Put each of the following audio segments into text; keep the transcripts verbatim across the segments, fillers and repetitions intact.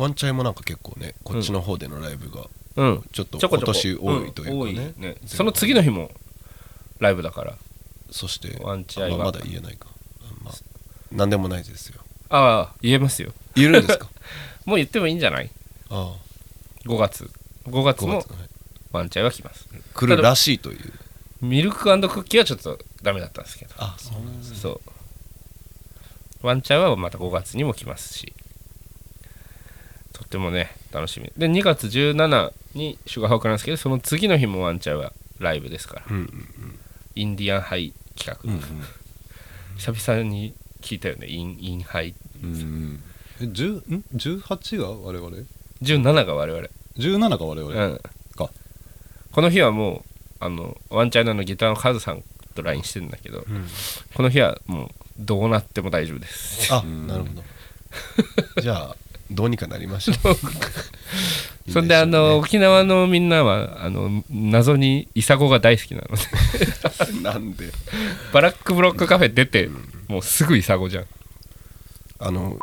ワンチャイもなんか結構ねこっちの方でのライブがうんちょっと今年多いというかね、 うん、多いね。その次の日もライブだから。 そしてワンチャイは、 まあ、まだ言えないか、まあ、なんでもないですよ。 ああ言えますよ。 言えるんですかもう言ってもいいんじゃない。 ああごがつごがつもワンチャイは来ます。 来るらしいという。 ミルク&クッキーはちょっとダメだったんですけど。 あ、そうなんですね。 そうワンチャイはまたごがつにも来ますし、とってもね楽しみで、にがつじゅうしちにシュガーホークなんですけど、その次の日もワンチャイはライブですから、 うんうんうん、 インディアンハイ企画、うんうん、久々に聞いたよね、イン、インハイ、 うん、えじゅうんじゅうはちが我々 じゅうななが我々 じゅうななが我々、 うん、かこの日はもうあのワンチャイのギターのカズさんと ライン してるんだけど、うん、この日はもうどうなっても大丈夫です。 あ、なるほどじゃあどうにかなりましょうそんであの沖縄のみんなはあの謎にイサゴが大好きなのでなんでバラックブロックカフェ出て、うん、もうすぐイサゴじゃん。 あの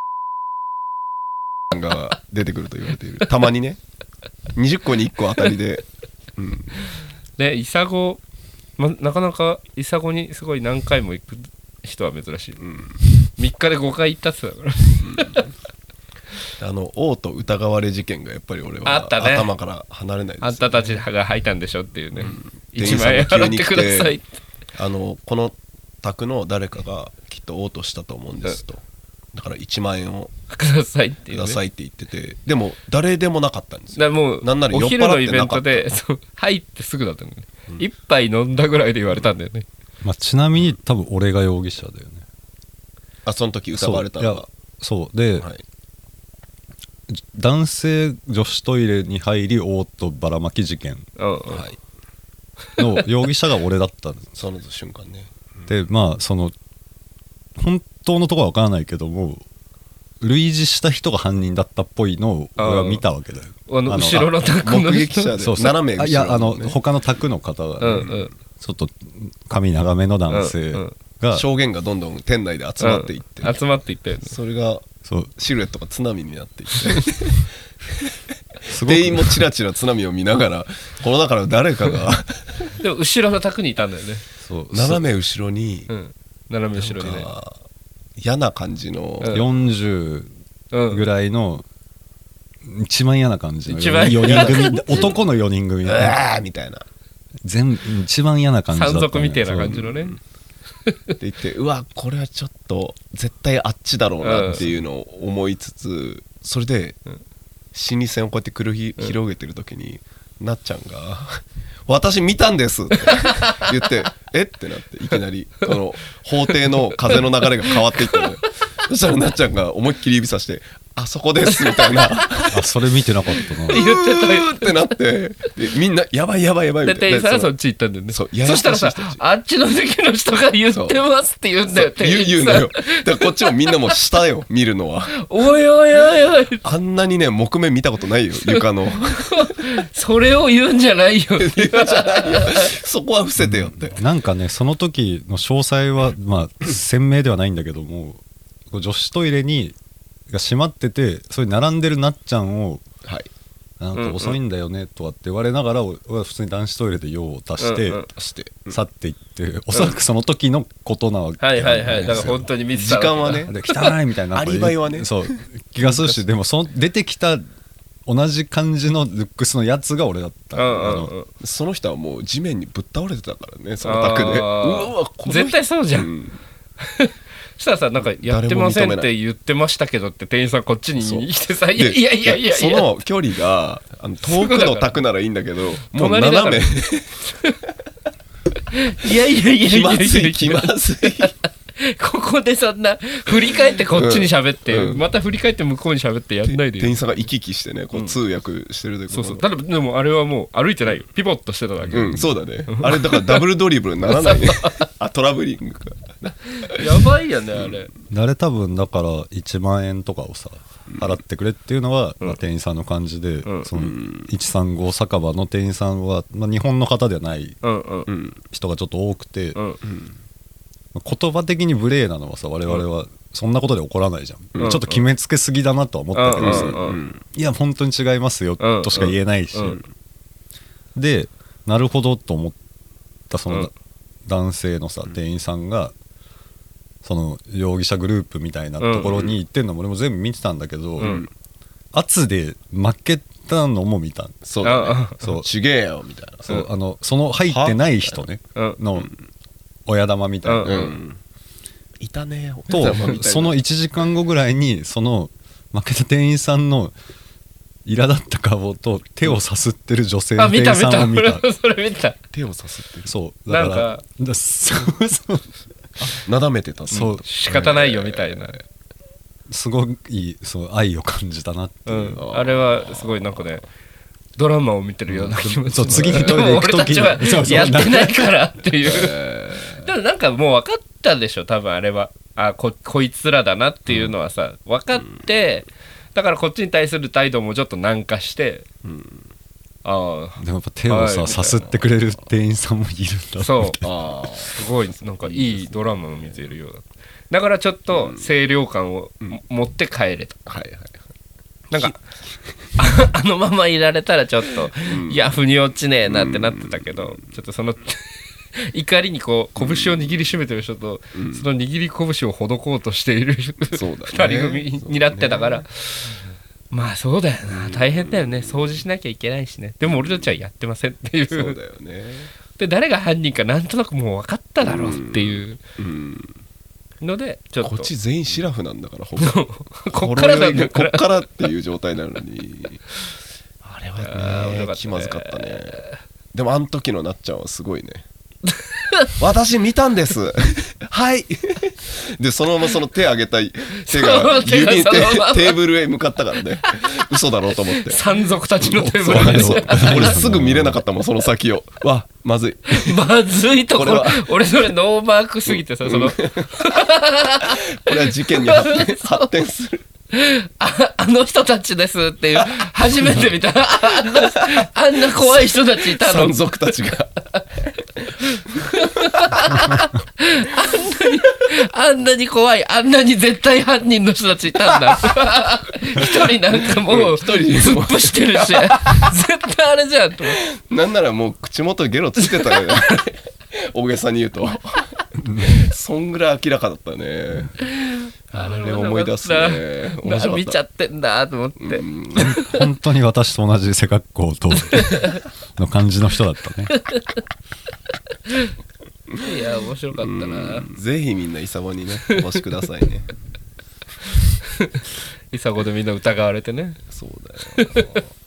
が出てくると言われているたまにねにじゅっこにいっこあたりで、うん、 でイサゴ、ま、なかなかイサゴにすごい何回も行く人は珍しい、うん、みっかでごかい行ったって言ったから、 うん、あの王と疑われ事件がやっぱり俺はあった、ね、頭から離れないですよね。 あんたたちが吐いたんでしょっていうね、うん、いちまんえん払ってください。 あのこの宅の誰かがきっと王としたと思うんですと、だからいちまんえんをくださいっていう、ね、 くださいって言ってて、でも誰でもなかったんですよ。 だもうなんならお昼のイベントでそう入ってすぐだったのね、うん、一杯飲んだぐらいで言われたんだよね、 まあ、ちなみに多分俺が容疑者だよね。 あ、その時疑われたのがそうで、はい、男性女子トイレに入りオートばらまき事件の容疑者が俺だったんですその瞬間ね、 うん、でまあその本当のところは分からないけども類似した人が犯人だったっぽいのを俺は見たわけだよ。 あの後ろの宅の目撃者でそうそう斜め後ろの、ね、 いやあの他の宅の方が、ね、うんうん、ちょっと髪長めの男性が、うんうん、 証言がどんどん店内で集まっていって、 うん、集まっていったよね。 それがそうシルエットが津波になっていって店員もチラチラ津波を見ながらこの中の誰かがでも後ろの宅にいたんだよね。 そう斜め後ろに、 うん、斜め後ろにね嫌な感じの、 うん、よんじゅうぐらいの一番嫌な感じの一番よにん組男のよにん組うわーみたいな全一番嫌な感じだった、ね、 山賊みたいな感じのねって言ってうわこれはちょっと絶対あっちだろうなっていうのを思いつつ、それで心理戦をこうやって繰り広げてる時に、うん、なっちゃんが私見たんですって言ってえってなって、いきなりその法廷の風の流れが変わっていって、ね、そしたらなっちゃんが思いっきり指さしてあそこですみたいなあそれ見てなかったな言ってたよってなってでみんなやばいやばいやばいみたいな。 で店員さんはそっち行ったんだよね。 そ, そ, そしたらさあっちの席の人が言ってますって言うんだよ。 店員言うのよ。だからこっちもみんなも下よ見るのはおいおいおいおいあんなにね木目見たことないよ床のそれを言うんじゃないよ言うんじゃないよそこは伏せてよって、 うん、なんかねその時の詳細はまあ鮮明ではないんだけども女子トイレにが閉まっててそれ並んでるなっちゃんを、はい、なんか遅いんだよねとかって言われながら、うんうん、俺は普通に男子トイレで用を足して、うんうん、去っていって、うん、おそらくその時のことなわけ、 うん、はいはいはいだから本当に見てた時間はねで汚いみたいなアリバイはねそう気がするしでもその出てきた同じ感じのルックスのやつが俺だった、うんうんうん、 その人はもう地面にぶっ倒れてたからねその宅でうわこの絶対そうじゃん、うんそしたらさなんかやってませんって言ってましたけどって店員さんこっちに来てさいやいやいやいやその距離があの遠くの宅ならいいんだけどもう斜めいやいやいやいや気まずい気まずいここでそんな振り返ってこっちに喋って、うん、また振り返って向こうに喋ってやんないでよ。 店員さんが行き来してねこう通訳してる時、うん、 そうそうただでもあれはもう歩いてないよピボットしてただけ、 うん、そうだねあれだからダブルドリブルにならないねあトラブリングかやばいよねあれ、 うん、あれ多分だからいちまんえんとかをさ払ってくれっていうのは、うんまあ、店員さんの感じで、うん、そのいちさんご酒場の店員さんは、まあ、日本の方ではない人がちょっと多くて、うんうん言葉的に無礼なのはさ我々はそんなことで怒らないじゃん、 うん、 ちょっと決めつけすぎだなとは思ったけどさ、 うんうん、 いや本当に違いますよとしか言えないし、 うんうん、 でなるほどと思ったその男性のさ、うん、店員さんがその容疑者グループみたいなところに行ってんのも俺も全部見てたんだけど、うん、圧で負けたのも見た。 そうだね、そうちげえよみたいな、 そう、あのその入ってない人ねの親玉みたいな、うんうん、 いたねとそのいちじかんごぐらいにその負けた店員さんの苛立った顔と手をさすってる女性の店員さんを見た。 あ、見た見たそれ見た。 手をさすってる。 そうだからなんかだそうそうなだめてた。 そう仕方ないよみたいな、えー、すごいそう愛を感じたなっていう、 うん、あれはすごいなんかねドラマを見てるような気持ち、 そう次にトイレ行く時に俺たちはやってないからっていう、だからなんかもう分かったでしょ多分あれは。あ こ, こいつらだなっていうのはさ分かって、うん、だからこっちに対する態度もちょっと軟化して、うん、あでもやっぱ手をささすってくれる店員さんもいるんだ。 そうあすごいなんかいいドラマを見てるようだ。だからちょっと清涼感を、うん、持って帰れた、はいはいはい、なんかあのままいられたらちょっと、うん、いや腑に落ちねえなってなってたけど、うん、ちょっとその怒りにこう拳を握りしめてる人と、うん、その握り拳をほどこうとしている、うん、ふたり組になってたから、ね、まあそうだよな大変だよね掃除しなきゃいけないしね。でも俺たちはやってませんっていう。 そうだよね。 で誰が犯人かなんとなくもう分かっただろうっていうのでちょっとこっち全員シラフなんだからほぼこっからなんだからこっからっていう状態なのにあれはね気まずかったね。でもあの時のなっちゃんはすごいね私見たんですはいでそのままその手上げた手が指手テーブルへ向かったからね嘘だろうと思って山賊たちのテーブルへそう俺すぐ見れなかったもんその先を。わまずいまずいところ俺それノーマークすぎてさ、うん、そのこれは事件に発展、発展するあ, あの人たちですっていう初めて見たあん な, あんな怖い人たちいたの。 山賊たちがあんなにあんなに怖いあんなに絶対犯人の人たちいたんだ一人なんかもう突っ伏してるし絶対あれじゃんと。 なんならもう口元ゲロついてたよね大げさに言うとそんぐらい明らかだったね。あれ思い出すね。 見ちゃってんだと思って、うん、 本当に私と同じ背格好との感じの人だったねいや面白かったな。 ぜひみんなイサゴにねお越しくださいねイサゴでみんな疑われてね。 そうだよ